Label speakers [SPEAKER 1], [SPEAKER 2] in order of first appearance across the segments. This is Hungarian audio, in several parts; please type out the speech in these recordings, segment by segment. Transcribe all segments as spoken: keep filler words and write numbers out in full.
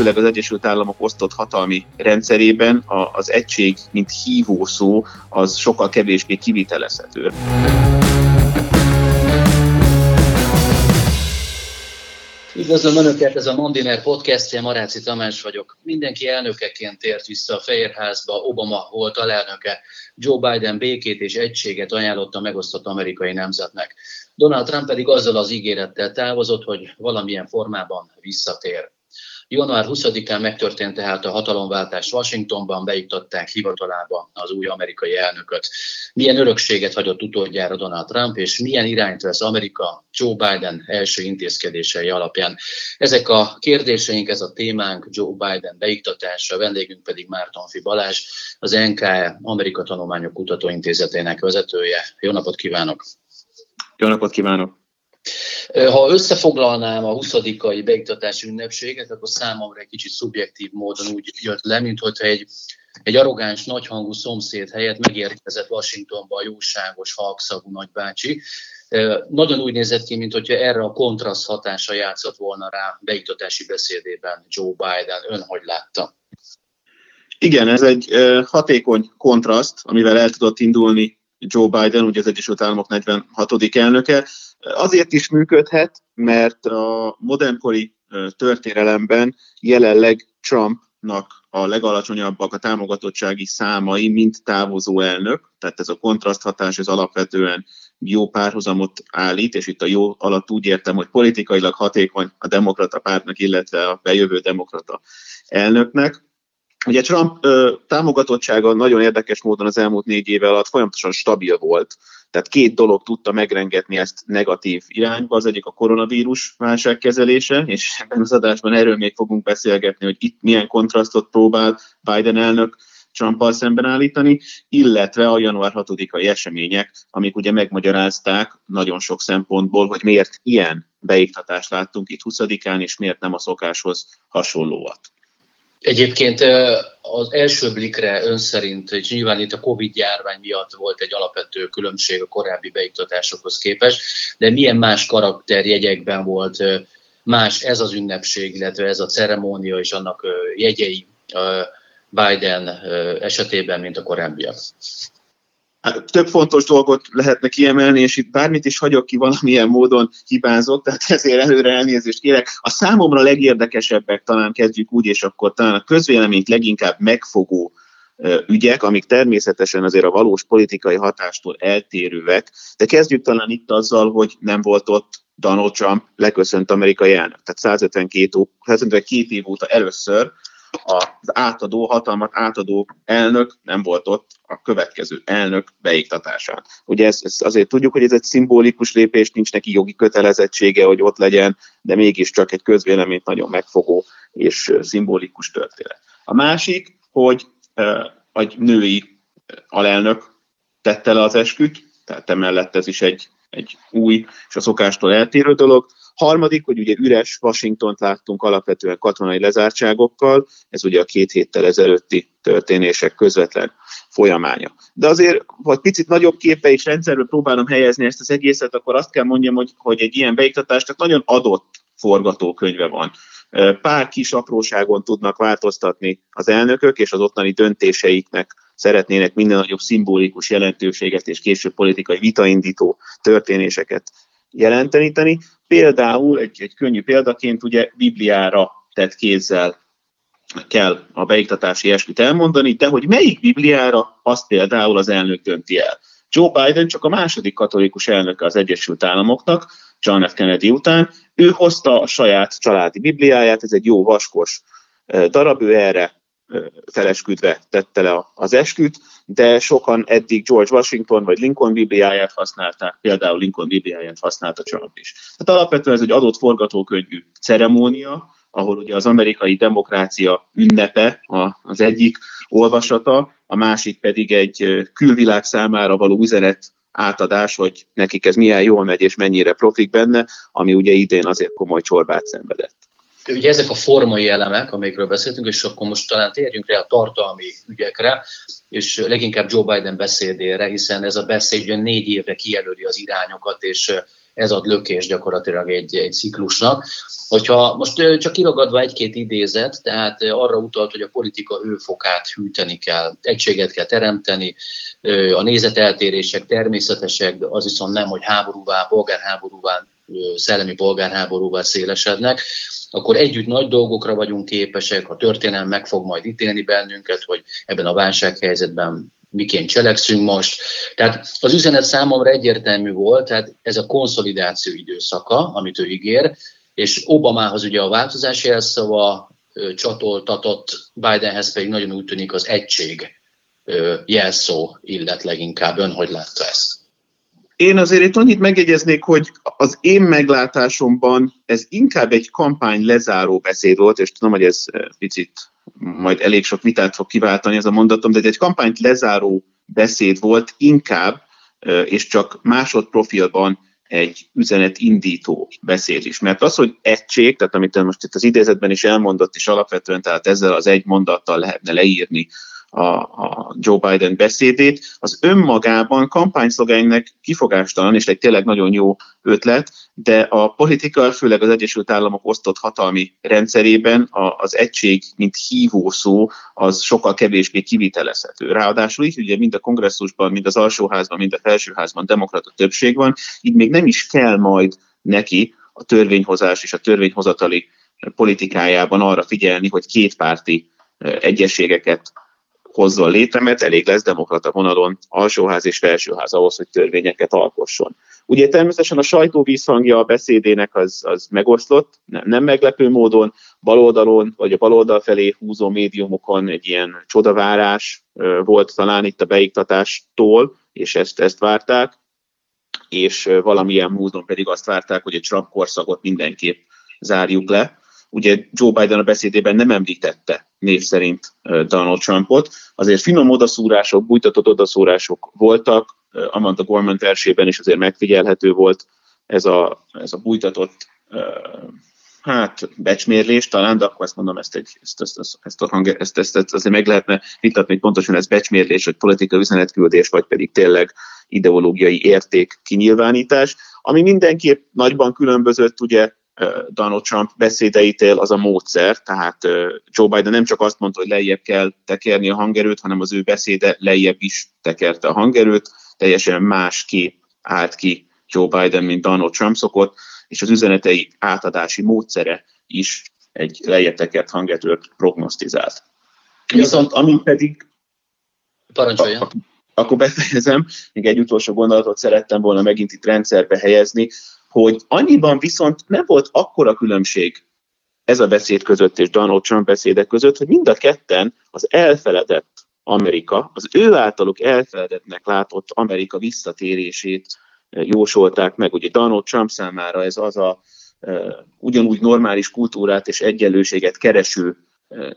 [SPEAKER 1] jelenleg az Egyesült Államok osztott hatalmi rendszerében az egység, mint hívó szó, az sokkal kevésbé kivitelezhető.
[SPEAKER 2] Üdvözlöm Önöket, ez a Mandiner podcastje, Maráci Tamás vagyok. Mindenki elnökeként tért vissza a Fehérházba, Obama volt alelnöke. Joe Biden békét és egységet ajánlott a megosztott amerikai nemzetnek. Donald Trump pedig azzal az ígérettel távozott, hogy valamilyen formában visszatér. január huszadikán megtörtént tehát a hatalomváltás Washingtonban, beiktatták hivatalába az új amerikai elnököt. Milyen örökséget hagyott utódjára Donald Trump, és milyen irányt vesz Amerika Joe Biden első intézkedései alapján? Ezek a kérdéseink, ez a témánk, Joe Biden beiktatása, vendégünk pedig Mártonffy Balázs, az en ká e Amerika Tanulmányok Kutatóintézetének vezetője. Jó napot kívánok!
[SPEAKER 1] Jó napot kívánok!
[SPEAKER 2] Ha összefoglalnám a huszadikai beiktatási ünnepséget, akkor számomra egy kicsit szubjektív módon úgy jött le, mintha egy, egy arrogáns, nagyhangú szomszéd helyett megérkezett Washingtonba a jóságos, halkszavú nagybácsi. Nagyon úgy nézett ki, mintha erre a kontraszt hatása játszott volna rá beiktatási beszédében Joe Biden. Ön hogy látta?
[SPEAKER 1] Igen, ez egy hatékony kontraszt, amivel el tudott indulni Joe Biden, ugye az Egyesült Államok negyvenhatodik elnöke. Azért is működhet, mert a modernkori történelemben jelenleg Trumpnak a legalacsonyabbak a támogatottsági számai, mint távozó elnök, tehát ez a kontraszthatás, ez alapvetően jó párhuzamot állít, és itt a jó alatt úgy értem, hogy politikailag hatékony a demokrata pártnak, illetve a bejövő demokrata elnöknek. Ugye Trump ö, támogatottsága nagyon érdekes módon az elmúlt négy éve alatt folyamatosan stabil volt. Tehát két dolog tudta megrengetni ezt negatív irányba. Az egyik a koronavírus válság kezelése, és ebben az adásban erről még fogunk beszélgetni, hogy itt milyen kontrasztot próbál Biden elnök Trumpal szemben állítani, illetve a január hatodikai események, amik ugye megmagyarázták nagyon sok szempontból, hogy miért ilyen beiktatást láttunk itt huszadikán, és miért nem a szokáshoz hasonlóat.
[SPEAKER 2] Egyébként az első blikre ön szerint, és nyilván itt a Covid-járvány miatt volt egy alapvető különbség a korábbi beiktatásokhoz képest, de milyen más karakterjegyekben volt más ez az ünnepség, illetve ez a ceremónia és annak jegyei Biden esetében, mint a korábbiak?
[SPEAKER 1] Több fontos dolgot lehetne kiemelni, és itt bármit is hagyok ki, valamilyen módon hibázok, tehát ezért előre elnézést kérek. A számomra legérdekesebbek, talán kezdjük úgy, és akkor talán a közvéleményt leginkább megfogó ügyek, amik természetesen azért a valós politikai hatástól eltérőek, de kezdjük talán itt azzal, hogy nem volt ott Donald Trump, leköszönt amerikai elnök. Tehát százötvenkét év óta először az átadó, hatalmat átadó elnök nem volt ott a következő elnök beiktatásán. Ugye ezt, ezt azért tudjuk, hogy ez egy szimbolikus lépés, nincs neki jogi kötelezettsége, hogy ott legyen, de mégiscsak egy közvéleményt nagyon megfogó és szimbolikus történet. A másik, hogy egy női alelnök tette le az esküt, tehát emellett ez is egy, egy új és a szokástól eltérő dolog. Harmadik, hogy ugye üres Washingtont láttunk alapvetően katonai lezártságokkal, ez ugye a két héttel ezelőtti történések közvetlen folyamánya. De azért, vagy picit nagyobb képbe és rendszerbe próbálom helyezni ezt az egészet, akkor azt kell mondjam, hogy, hogy egy ilyen beiktatásnak nagyon adott forgatókönyve van. Pár kis apróságon tudnak változtatni az elnökök, és az ottani döntéseiknek szeretnének minden nagyobb szimbolikus jelentőséget és később politikai vitaindító történéseket jelenteni. Például egy, egy könnyű példaként ugye Bibliára tett kézzel kell a beiktatási esküt elmondani, de hogy melyik Bibliára, azt például az elnök dönti el. Joe Biden csak a második katolikus elnöke az Egyesült Államoknak, John F. Kennedy után. Ő hozta a saját családi Bibliáját, ez egy jó vaskos darab, ő erre felesküdve tette le az esküt, de sokan eddig George Washington vagy Lincoln Bibliáját használták, például Lincoln Bibliáját használta Trump is. Tehát alapvetően ez egy adott forgatókönyvű ceremónia, ahol ugye az amerikai demokrácia ünnepe az egyik olvasata, a másik pedig egy külvilág számára való üzenet átadás, hogy nekik ez milyen jól megy és mennyire profik benne, ami ugye idén azért komoly csorbát szenvedett.
[SPEAKER 2] Ugye ezek a formai elemek, amikről beszéltünk, és akkor most talán térjünk rá a tartalmi ügyekre, és leginkább Joe Biden beszédére, hiszen ez a beszéd ugye négy évre kijelöli az irányokat, és ez ad lökés gyakorlatilag egy, egy ciklusnak. Hogyha most csak kiragadva egy-két idézet, tehát arra utalt, hogy a politika hőfokát hűteni kell, egységet kell teremteni, a nézeteltérések természetesek, de az viszont nem, hogy háborúvá, polgárháborúvá, szellemi polgárháborúvá szélesednek, akkor együtt nagy dolgokra vagyunk képesek, a történelem meg fog majd ítélni bennünket, hogy ebben a válsághelyzetben miként cselekszünk most. Tehát az üzenet számomra egyértelmű volt, tehát ez a konszolidáció időszaka, amit ő ígér, és Obamához ugye a változás jelszava csatoltatott, Bidenhez pedig nagyon úgy tűnik az egység jelszó illet leginkább. Ön hogy látta ezt?
[SPEAKER 1] Én azért itt annyit megjegyeznék, hogy az én meglátásomban ez inkább egy kampány lezáró beszéd volt, és tudom, hogy ez picit majd elég sok vitát fog kiváltani ez a mondatom, de egy kampányt lezáró beszéd volt inkább, és csak másodprofilban egy üzenetindító beszéd is. Mert az, hogy egység, tehát amit most itt az idézetben is elmondott, és alapvetően tehát ezzel az egy mondattal lehetne leírni a, a Joe Biden beszédét, az önmagában kampányszlogennek kifogástalan, és egy tényleg nagyon jó ötlet, de a politika, főleg az Egyesült Államok osztott hatalmi rendszerében az egység, mint hívó szó, az sokkal kevésbé kivitelezhető. Ráadásul így ugye mind a kongresszusban, mind az alsóházban, mind a felsőházban demokrata többség van, így még nem is kell majd neki a törvényhozás és a törvényhozatali politikájában arra figyelni, hogy kétpárti egyességeket hozzon létre, mert elég lesz demokrata vonalon alsóház és felsőház ahhoz, hogy törvényeket alkosson. Ugye természetesen a sajtó vízhangja a beszédének az, az megoszlott, nem, nem meglepő módon, baloldalon vagy a baloldal felé húzó médiumokon egy ilyen csodavárás volt talán itt a beiktatástól, és ezt, ezt várták, és valamilyen módon pedig azt várták, hogy egy Trump korszakot mindenképp zárjuk le. Ugye Joe Biden a beszédében nem említette név szerint Donald Trumpot, azért finom odaszúrások, bújtatott odaszúrások voltak, Amanda Gorman versében is azért megfigyelhető volt ez a, ez a bújtatott hát becsmérlés talán, de akkor azt mondom, ezt, egy, ezt, ezt, ezt, ezt, a hang, ezt, ezt, ezt azért meg lehetne vitatni, hogy pontosan ez becsmérlés, vagy politikai üzenetküldés, vagy pedig tényleg ideológiai érték kinyilvánítás, ami mindenképp nagyban különbözött ugye Donald Trump beszédeitől, az a módszer, tehát Joe Biden nem csak azt mondta, hogy lejjebb kell tekerni a hangerőt, hanem az ő beszéde lejjebb is tekerte a hangerőt, teljesen más kép állt ki Joe Biden, mint Donald Trump szokott, és az üzenetei átadási módszere is egy lejjebb tekert hangerőt prognosztizált. Viszont ami pedig...
[SPEAKER 2] Parancsolja.
[SPEAKER 1] Ak- akkor befejezem, még egy utolsó gondolatot szerettem volna megint itt rendszerbe helyezni, hogy annyiban viszont nem volt akkora különbség ez a beszéd között és Donald Trump beszédek között, hogy mind a ketten az elfeledett Amerika, az ő általuk elfeledettnek látott Amerika visszatérését jósolták meg. Ugye Donald Trump számára ez az a uh, ugyanúgy normális kultúrát és egyenlőséget kereső uh,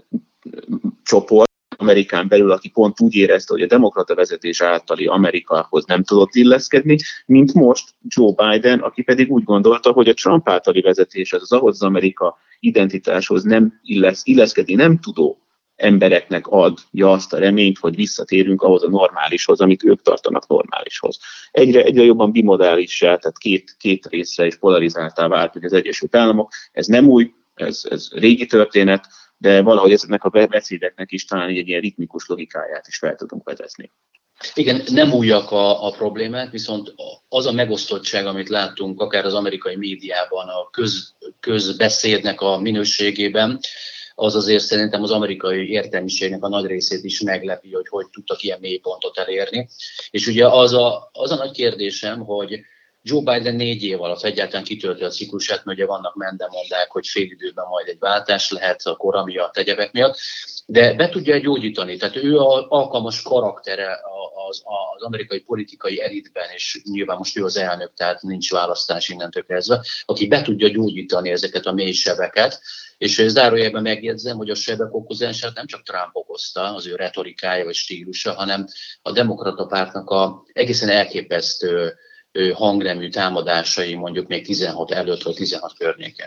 [SPEAKER 1] csoport Amerikán belül, aki pont úgy érezte, hogy a demokrata vezetés általi Amerikához nem tudott illeszkedni, mint most Joe Biden, aki pedig úgy gondolta, hogy a Trump általi vezetés, az az ahhoz az Amerika identitáshoz nem illesz, illeszkedni nem tudó embereknek adja azt a reményt, hogy visszatérünk ahhoz a normálishoz, amit ők tartanak normálishoz. Egyre, egyre jobban bimodálissá, tehát két, két részre is polarizáltá vált hogy az Egyesült Államok. Ez nem új, ez, ez régi történet, de valahogy ezeknek a beszédeknek is talán egy ilyen ritmikus logikáját is fel tudunk vezetni.
[SPEAKER 2] Igen, nem újak a, a problémák, viszont az a megosztottság, amit láttunk akár az amerikai médiában, a köz, közbeszédnek a minőségében, az azért szerintem az amerikai értelmiségnek a nagy részét is meglepi, hogy hogy tudtak ilyen mélypontot elérni. És ugye az a, az a nagy kérdésem, hogy Joe Biden négy év alatt egyáltalán kitölti a ciklusát, mert ugye vannak mendemondák, hogy fél időben majd egy váltás lehet a kora miatt, egyebek miatt, de be tudja gyógyítani. Tehát ő az alkalmas karaktere az, az amerikai politikai elitben, és nyilván most ő az elnök, tehát nincs választás innentől kezdve, aki be tudja gyógyítani ezeket a mély sebeket. És zárójelben megjegyzem, hogy a sebek okozását nem csak Trump okozta, az ő retorikája vagy stílusa, hanem a demokrata pártnak a egészen elképesztő hangnemű támadásai mondjuk még tizenhat előtt vagy tizenhat környéken.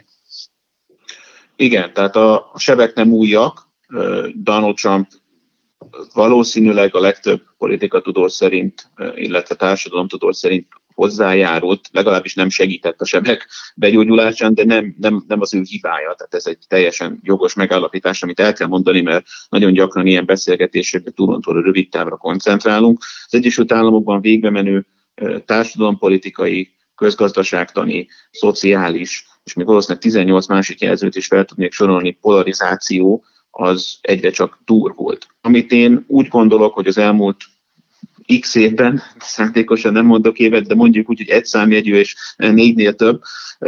[SPEAKER 1] Igen, tehát a sebek nem újak. Donald Trump valószínűleg a legtöbb politikatudós szerint, illetve társadalomtudós szerint hozzájárult, legalábbis nem segített a sebek begyógyulásán, de nem, nem, nem az ő hibája. Tehát ez egy teljesen jogos megállapítás, amit el kell mondani, mert nagyon gyakran ilyen beszélgetésekben túlontúl rövid távra koncentrálunk. Az Egyesült Államokban végbe menő társadalompolitikai, közgazdaságtani, szociális, és még valószínűleg tizennyolc másik jelzőt is fel tudnék sorolni, polarizáció, az egyre csak durvult. Amit én úgy gondolok, hogy az elmúlt x évben, szándékosan nem mondok évet, de mondjuk úgy, hogy egy számjegyű és négynél több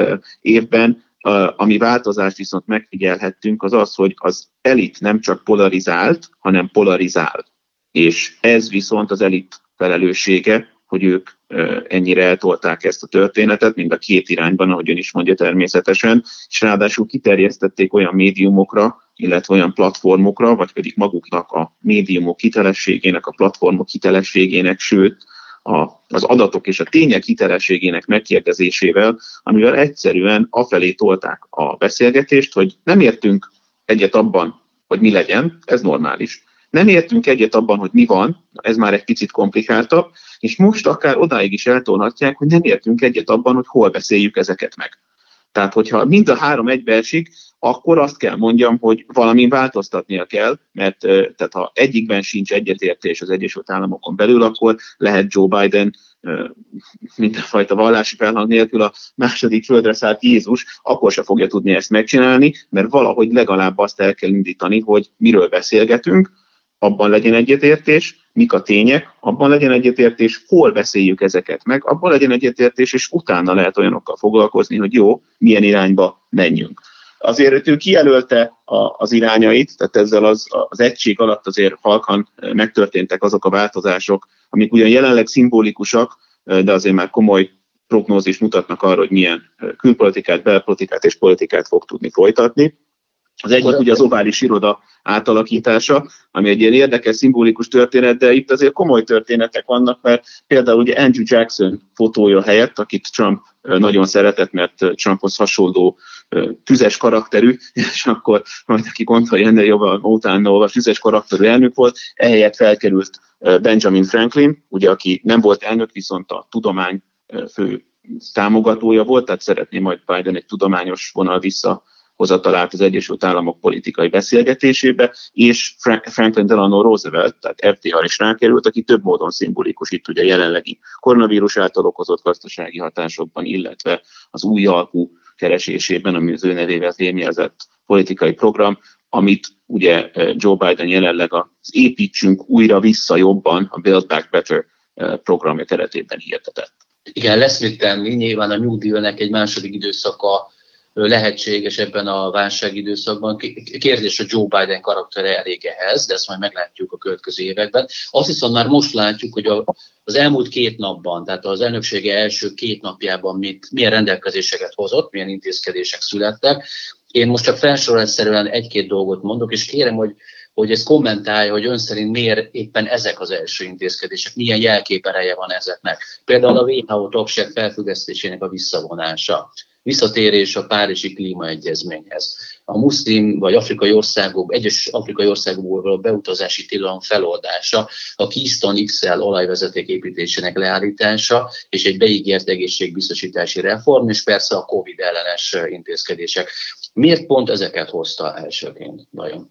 [SPEAKER 1] évben, ami változást viszont megfigyelhettünk, az az, hogy az elit nem csak polarizált, hanem polarizál. És ez viszont az elit felelőssége, hogy ők ennyire eltolták ezt a történetet, mind a két irányban, ahogy ön is mondja természetesen, és ráadásul kiterjesztették olyan médiumokra, illetve olyan platformokra, vagy pedig maguknak a médiumok hitelességének, a platformok hitelességének, sőt a, az adatok és a tények hitelességének megkérdezésével, amivel egyszerűen afelé tolták a beszélgetést, hogy nem értünk egyet abban, hogy mi legyen, ez normális. Nem értünk egyet abban, hogy mi van, ez már egy picit komplikáltabb, és most akár odáig is eltolhatják, hogy nem értünk egyet abban, hogy hol beszéljük ezeket meg. Tehát, hogyha mind a három egybeesik, akkor azt kell mondjam, hogy valamin változtatnia kell, mert tehát ha egyikben sincs egyetértés az Egyesült Államokon belül, akkor lehet Joe Biden mindenfajta vallási felhang nélkül a második földre szállt Jézus, akkor se fogja tudni ezt megcsinálni, mert valahogy legalább azt el kell indítani, hogy miről beszélgetünk, abban legyen egyetértés, mik a tények, abban legyen egyetértés, hol beszéljük ezeket meg, abban legyen egyetértés, és utána lehet olyanokkal foglalkozni, hogy jó, milyen irányba menjünk. Azért ő kijelölte az irányait, tehát ezzel az, az egység alatt azért halkan megtörténtek azok a változások, amik ugyan jelenleg szimbolikusak, de azért már komoly prognózis mutatnak arra, hogy milyen külpolitikát, belpolitikát és politikát fog tudni folytatni. Az egyik ugye az ovális iroda átalakítása, ami egy ilyen érdekes, szimbolikus történet, de itt azért komoly történetek vannak, mert például ugye Andrew Jackson fotója helyett, akit Trump nagyon szeretett, mert Trumphoz hasonló tüzes karakterű, és akkor majd aki gondolja, ennél jobban utána olvas, tüzes karakterű elnök volt, ehelyett felkerült Benjamin Franklin, ugye aki nem volt elnök, viszont a tudomány fő támogatója volt, tehát szeretné majd Biden egy tudományos vonal vissza hozatalált az Egyesült Államok politikai beszélgetésébe, és Franklin Delano Roosevelt, tehát ef dé er is rákerült, aki több módon szimbolikus itt ugye jelenlegi koronavírus által okozott gazdasági hatásokban, illetve az új alkú keresésében, ami az ő nevével fémjelzett politikai program, amit ugye Joe Biden jelenleg az építsünk újra vissza jobban, a Build Back Better programja keretében hirdetett.
[SPEAKER 2] Igen, lesz mit tenni, nyilván a New Deal-nek egy második időszaka lehetséges ebben a válságidőszakban. Kérdés, hogy Joe Biden karaktere elég ehhez, de ezt majd meglátjuk a következő években. Azt hiszem már most látjuk, hogy a, az elmúlt két napban, tehát az elnöksége első két napjában mit, milyen rendelkezéseket hozott, milyen intézkedések születtek. Én most csak felsorolásszerűen egy-két dolgot mondok, és kérem, hogy, hogy ezt kommentálja, hogy ön szerint miért éppen ezek az első intézkedések, milyen jelképereje van ezeknek. Például a dupla vé há o tagság felfüggesztésének a visszavonása, visszatérés a Párizsi Klímaegyezményhez. A muszlim vagy afrikai országok, egyes afrikai országokból a beutazási tilalom feloldása, a Keystone iksz el olajvezeték építésének leállítása, és egy beígért egészségbiztosítási reform, és persze a Covid ellenes intézkedések. Miért pont ezeket hozta elsőként, vajon?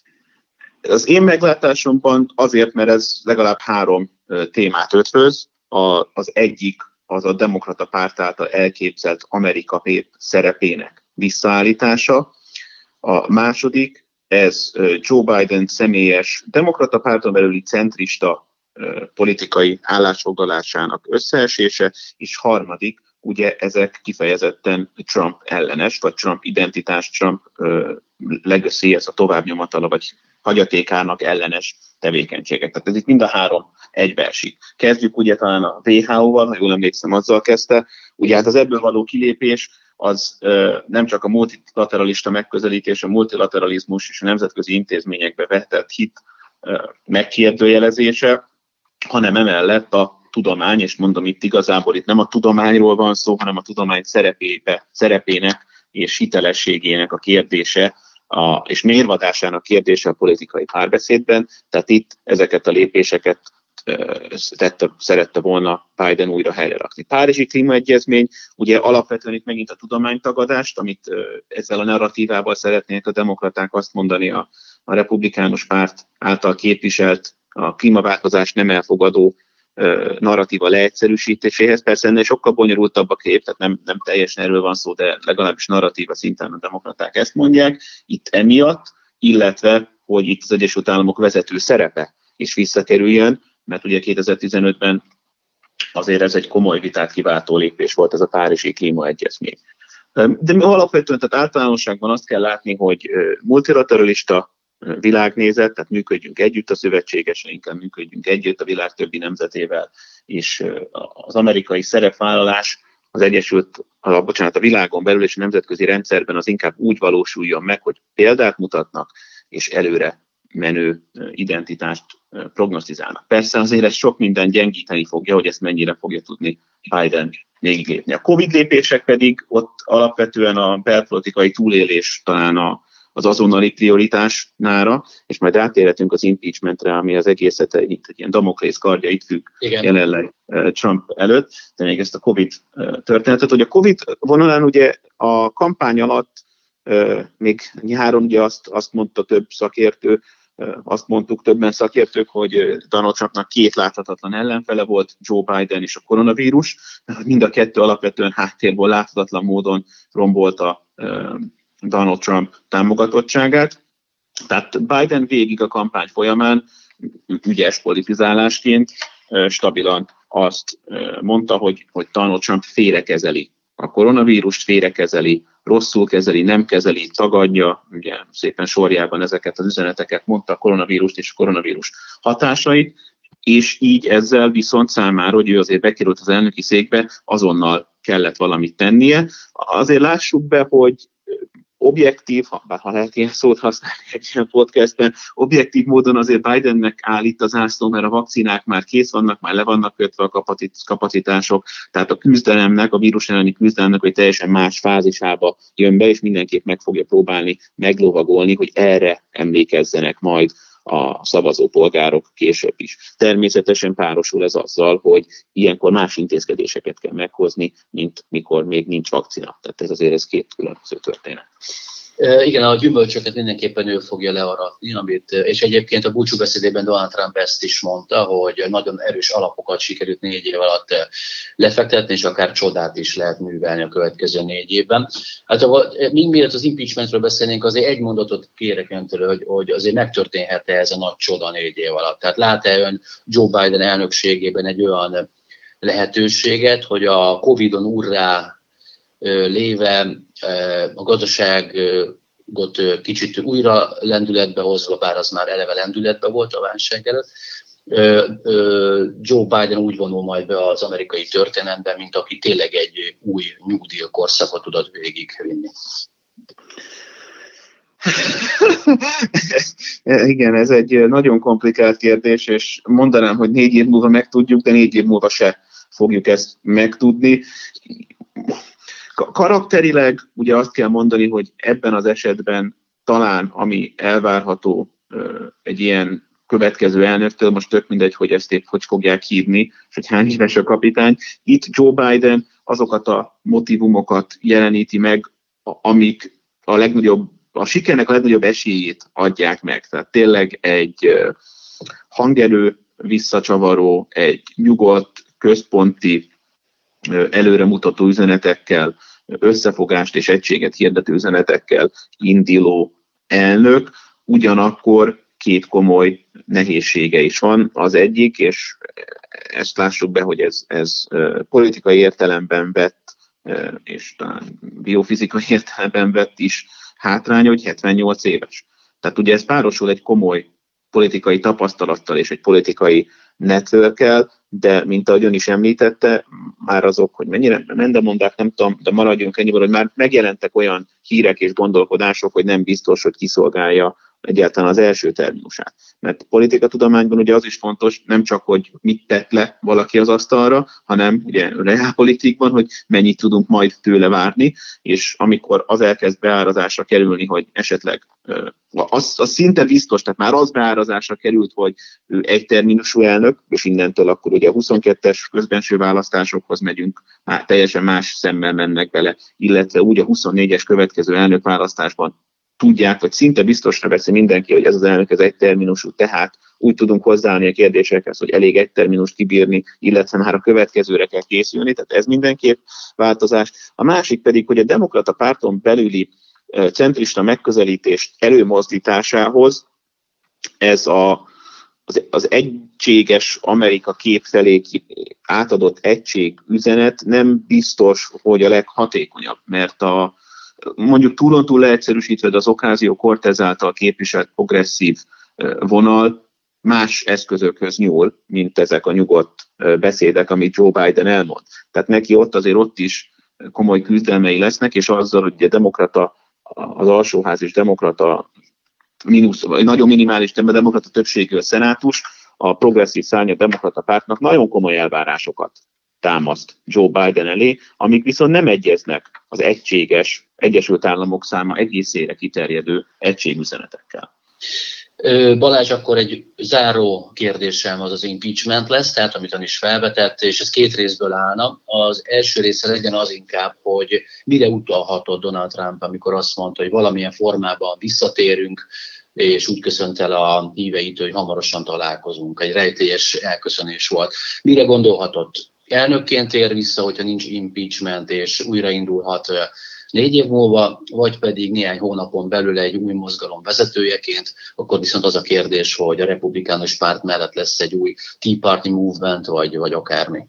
[SPEAKER 1] Az én meglátásomban azért, mert ez legalább három témát ötvöz. Az egyik az a demokrata párt által elképzelt Amerika szerepének visszaállítása. A második, ez Joe Biden személyes demokrata párton belüli centrista politikai állásfoglalásának összeesése, és harmadik, ugye ezek kifejezetten Trump ellenes, vagy Trump identitás, Trump legacy, ez a továbbnyomatala, vagy hagyatékának ellenes tevékenységek. Tehát ez itt mind a három egybeesik. Kezdjük ugye talán a dupla vé há o-val, ha jól emlékszem, azzal kezdte. Ugye hát az ebből való kilépés az ö, nem csak a multilateralista megközelítés, a multilateralizmus és a nemzetközi intézményekbe vetett hit ö, megkérdőjelezése, hanem emellett a tudomány, és mondom itt igazából itt nem a tudományról van szó, hanem a tudomány szerepébe, szerepének és hitelességének a kérdése, a, és mérvadásának kérdése a politikai párbeszédben. Tehát itt ezeket a lépéseket tette, szerette volna Biden újra helyre rakni. Párizsi klímaegyezmény, ugye alapvetően itt megint a tudománytagadást, amit ezzel a narratívával szeretnék a demokraták azt mondani a, a republikánus párt által képviselt, a klímaváltozás nem elfogadó narratíva leegyszerűsítéséhez. Persze ennél sokkal bonyolultabb a kép, tehát nem, nem teljesen erről van szó, de legalábbis narratíva szinten a demokraták ezt mondják. Itt emiatt, illetve, hogy itt az Egyesült Államok vezető szerepe is visszakerüljön, mert ugye kétezer-tizenötben azért ez egy komoly vitát kiváltó lépés volt, ez a párizsi klímaegyezmény. De alapvetően, tehát általánosságban azt kell látni, hogy multilateralista világnézet, tehát működjünk együtt a szövetségeseinkkel, működjünk együtt a világ többi nemzetével, és az amerikai szerepvállalás az Egyesült, a, bocsánat, a világon belül és a nemzetközi rendszerben az inkább úgy valósuljon meg, hogy példát mutatnak, és előre menő identitást prognosztizálnak. Persze azért ez sok minden gyengíteni fogja, hogy ezt mennyire fogja tudni Biden végiglépni. A Covid lépések pedig ott alapvetően a belpolitikai túlélés talán a, az azonnali prioritásnára, és majd átérhetünk az impeachmentre, ami az egészet itt egy ilyen Damoklész kardja itt függ Igen. jelenleg Trump előtt, de még ezt a Covid történetet, hogy a Covid vonalán ugye a kampány alatt még nyáron ugye azt, azt mondta több szakértő, azt mondtuk többen szakértők, hogy Donald Trumpnak két láthatatlan ellenfele volt, Joe Biden és a koronavírus. Mind a kettő alapvetően háttérből láthatatlan módon rombolta Donald Trump támogatottságát. Tehát Biden végig a kampány folyamán ügyes politizálásként stabilan azt mondta, hogy, hogy Donald Trump félrekezeli a koronavírust, félrekezeli, rosszul kezeli, nem kezeli, tagadja, ugye szépen sorjában ezeket az üzeneteket mondta, a koronavírust és a koronavírus hatásait, és így ezzel viszont számára, hogy ő azért bekerült az elnöki székbe, azonnal kellett valamit tennie. Azért lássuk be, hogy objektív, ha, ha lehet ilyen szót használni egy ilyen podcastben, objektív módon azért Bidennek áll itt az zászló, mert a vakcinák már kész vannak, már le vannak kötve a kapacitások, tehát a küzdelemnek, a vírus elleni küzdelemnek, hogy teljesen más fázisába jön be, és mindenképp meg fogja próbálni meglovagolni, hogy erre emlékezzenek majd a szavazópolgárok később is. Természetesen párosul ez azzal, hogy ilyenkor más intézkedéseket kell meghozni, mint mikor még nincs vakcina. Tehát ez azért ez két különböző történet.
[SPEAKER 2] Igen, a gyümölcsöket mindenképpen ő fogja learatni, amit, és egyébként a búcsúbeszédében Donald Trump ezt is mondta, hogy nagyon erős alapokat sikerült négy év alatt lefektetni, és akár csodát is lehet művelni a következő négy évben. Hát még mielőtt az impeachmentről beszélnénk, azért egy mondatot kérek öntől, hogy, hogy azért megtörténhet-e ez a nagy csoda négy év alatt. Tehát lát-e ön Joe Biden elnökségében egy olyan lehetőséget, hogy a Covidon urrá léve a gazdaságot kicsit újra lendületbe hozva, bár az már eleve lendületbe volt a válság előtt, Joe Biden úgy vonul majd be az amerikai történelembe, mint aki tényleg egy új nyugdíj korszakot tudott végigvinni.
[SPEAKER 1] Igen, ez egy nagyon komplikált kérdés, és mondanám, hogy négy év múlva megtudjuk, de négy év múlva se fogjuk ezt megtudni. Karakterileg ugye azt kell mondani, hogy ebben az esetben talán, ami elvárható egy ilyen következő elnöktől, most tök mindegy, hogy ezt épp hogy fogják hívni, és hogy hány éves a kapitány. Itt Joe Biden azokat a motivumokat jeleníti meg, amik a legnagyobb, a sikernek a legnagyobb esélyét adják meg. Tehát tényleg egy hangerő, visszacsavaró, egy nyugodt, központi, előremutató üzenetekkel, összefogást és egységet hirdető üzenetekkel induló elnök, ugyanakkor két komoly nehézsége is van. Az egyik, és ezt lássuk be, hogy ez, ez politikai értelemben vett, és talán biofizikai értelemben vett is hátrány, hogy hetvennyolc éves. Tehát ugye ez párosul egy komoly politikai tapasztalattal és egy politikai networkkel, de mint ahogy ön is említette, már azok, hogy mennyire mendemondák, nem tudom, de maradjunk ennyivel, hogy már megjelentek olyan hírek és gondolkodások, hogy nem biztos, hogy kiszolgálja egyáltalán az első terminusát. Mert politikatudományban ugye az is fontos, nem csak, hogy mit tett le valaki az asztalra, hanem ugye reálpolitikban, hogy mennyit tudunk majd tőle várni, és amikor az elkezd beárazásra kerülni, hogy esetleg az, az szinte biztos, tehát már az beárazásra került, hogy ő egy terminusú elnök, és innentől akkor ugye a huszonkettes közbenső választásokhoz megyünk, már teljesen más szemmel mennek bele, illetve úgy a huszonnégyes következő elnökválasztásban tudják, vagy szinte biztosra veszi mindenki, hogy ez az elnök ez egy terminusú, tehát úgy tudunk hozzáállni a kérdésekhez, hogy elég egy terminust kibírni, illetve már a következőre kell készülni, tehát ez mindenképp változás. A másik pedig, hogy a demokrata párton belüli centrista megközelítést előmozdításához ez a, az, az egységes Amerika kép felé átadott egység üzenet nem biztos, hogy a leghatékonyabb, mert a mondjuk túlontúl leegyszerűsítve az Ocasio-Cortez által képviselt progresszív vonal más eszközökhöz nyúl, mint ezek a nyugodt beszédek, amit Joe Biden elmond. Tehát neki ott azért ott is komoly küzdelmei lesznek, és azzal, hogy a demokrata, az alsóház és demokrata mínusz, vagy nagyon minimális demokrata többségű a szenátus, a progresszív szárny a demokrata pártnak nagyon komoly elvárásokat támaszt Joe Biden elé, amik viszont nem egyeznek az egységes Egyesült Államok száma egészére kiterjedő egységüzenetekkel.
[SPEAKER 2] Balázs, akkor egy záró kérdésem az az impeachment lesz, tehát amit ön is felvetett, és ez két részből állna. Az első része legyen az inkább, hogy mire utalhatott Donald Trump, amikor azt mondta, hogy valamilyen formában visszatérünk, és úgy köszönt el a híveitől, hogy hamarosan találkozunk. Egy rejtélyes elköszönés volt. Mire gondolhatott? Elnökként tér vissza, hogyha nincs impeachment, és újraindulhat négy év múlva, vagy pedig néhány hónapon belül egy új mozgalom vezetőjeként, akkor viszont az a kérdés, hogy a republikánus párt mellett lesz egy új Tea Party movement, vagy, vagy akármi.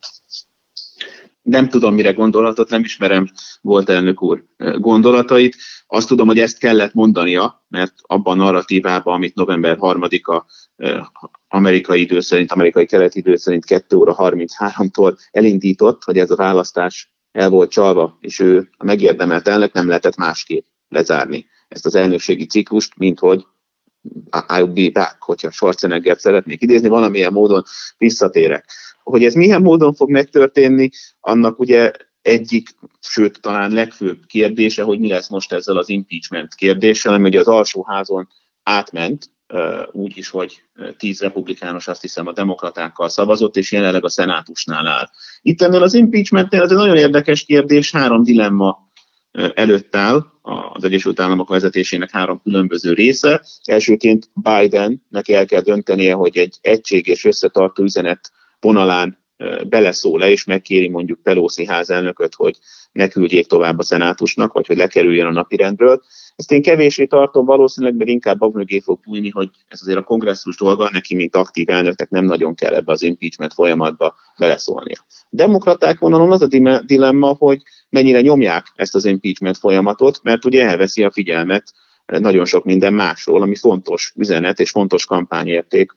[SPEAKER 1] Nem tudom, mire gondolhatott, nem ismerem volt elnök úr gondolatait. Azt tudom, hogy ezt kellett mondania, mert abban a narratívában, amit november harmadika amerikai idő szerint, amerikai keleti idő szerint kettő óra harmincháromtól elindított, hogy ez a választás el volt csalva, és ő a megérdemelt elnök, nem lehetett másképp lezárni ezt az elnökségi ciklust, mint hogy I'll be back, hogyha Schwarzeneggert szeretnék idézni, valamilyen módon visszatérek. Hogy ez milyen módon fog megtörténni, annak ugye egyik, sőt talán legfőbb kérdése, hogy mi lesz most ezzel az impeachment kérdéssel, ami ugye az alsóházon átment, úgy is, hogy tíz republikánus, azt hiszem, a demokratákkal szavazott, és jelenleg a szenátusnál áll. Itt ennél az impeachmentnél ez egy nagyon érdekes kérdés, három dilemma előtt áll az Egyesült Államok vezetésének három különböző része. Elsőként Bidennek el kell döntenie, hogy egy egység és összetartó üzenet vonalán beleszól-e, és megkéri mondjuk Pelosi házelnököt, hogy ne küldjék tovább a szenátusnak, vagy hogy lekerüljön a napirendről. Ezt én kevéssé tartom valószínűleg, mert inkább abban mögé fog bújni, hogy ez azért a kongresszus dolga, neki, mint aktív elnöknek nem nagyon kell ebbe az impeachment folyamatba beleszólnia. A demokraták vonalon az a dilemma, hogy mennyire nyomják ezt az impeachment folyamatot, mert ugye elveszi a figyelmet nagyon sok minden másról, ami fontos üzenet és fontos kampányérték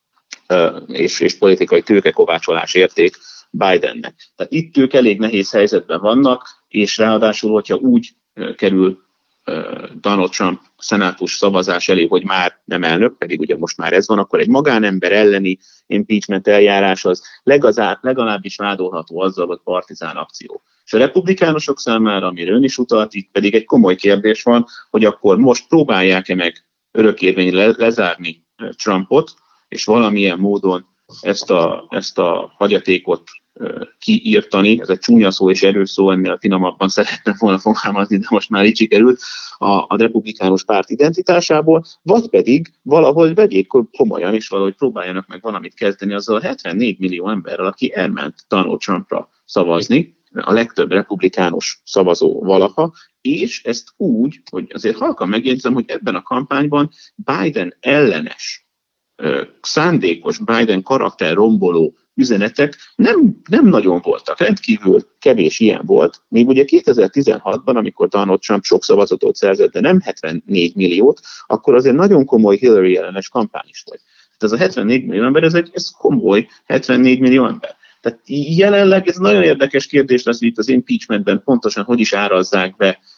[SPEAKER 1] és, és politikai tőkekovácsolás érték Bidennek. Tehát itt ők elég nehéz helyzetben vannak, és ráadásul, hogyha úgy kerül Donald Trump szenátus szavazás elé, hogy már nem elnök, pedig ugye most már ez van, akkor egy magánember elleni impeachment eljárás az legalább, legalábbis vádolható azzal, hogy partizán akció. És a republikánusok számára, amire ön is utalt, itt pedig egy komoly kérdés van, hogy akkor most próbálják-e meg örökérvényre lezárni Trumpot, és valamilyen módon ezt a, ezt a hagyatékot kiírtani, ez egy csúnya szó és erős szó, ennél finomabban szeretném volna fogalmazni, de most már így sikerült a, a republikánus párt identitásából, vagy pedig valahogy vegyék komolyan, és valahogy próbáljanak meg valamit kezdeni azzal a hetvennégy millió emberrel, aki elment Donald Trumpra szavazni, a legtöbb republikánus szavazó valaha, és ezt úgy, hogy azért halkan megjegyzem, hogy ebben a kampányban Biden ellenes, szándékos, Biden karakter romboló üzenetek nem, nem nagyon voltak, rendkívül kevés ilyen volt. Még ugye kétezer-tizenhatban, amikor Donald Trump sok szavazatot szerzett, de nem hetvennégy milliót, akkor azért nagyon komoly Hillary ellenes kampány is volt. Tehát ez a hetvennégy millió ember, ez egy ez komoly hetvennégy millió ember. Tehát jelenleg ez nagyon érdekes kérdés lesz, hogy itt az impeachmentben pontosan hogy is árazzák be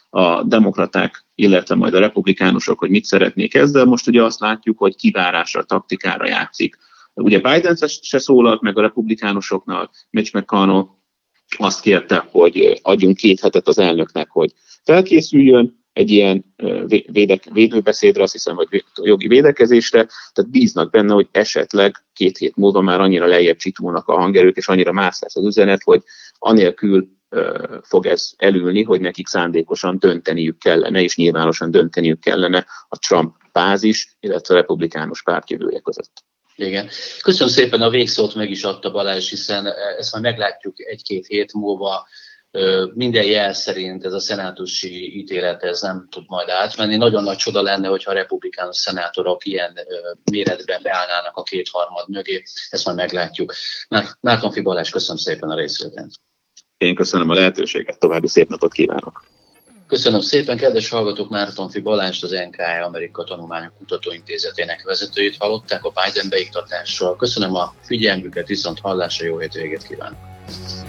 [SPEAKER 1] a demokraták, illetve majd a republikánusok, hogy mit szeretnék ezzel. Most ugye azt látjuk, hogy kivárásra, taktikára játszik. Ugye Biden se szólalt meg a republikánusoknál, Mitch McConnell azt kérte, hogy adjunk két hetet az elnöknek, hogy felkészüljön egy ilyen védek, védőbeszédre, azt hiszem, vagy jogi védekezésre, tehát bíznak benne, hogy esetleg két hét múlva már annyira lejjebb csitulnak a hangerők, és annyira más lesz az üzenet, hogy anélkül uh, fog ez elülni, hogy nekik szándékosan dönteniük kellene, és nyilvánosan dönteniük kellene a Trump bázis, illetve a republikánus pártjövője között.
[SPEAKER 2] Igen. Köszönöm szépen, a végszót meg is adta Balázs, hiszen ezt majd meglátjuk egy-két hét múlva. Minden jel szerint ez a szenátusi ítélet ez nem tud majd átmenni. Nagyon nagy csoda lenne, hogyha a republikánus szenátorok ilyen méretben beállnának a kétharmad mögé. Ezt majd meglátjuk. Márton-Fi Balázs, köszönöm szépen a részvételt.
[SPEAKER 1] Én köszönöm a lehetőséget, további szép napot kívánok.
[SPEAKER 2] Köszönöm szépen, kedves hallgatók, Márton-Fi Balást, az en ká á Amerika Tanulmányok Kutatóintézetének vezetőjét hallották a Biden beiktatásról. Köszönöm a figyelmüket, viszont hallásra, jó hétvégét kívánok!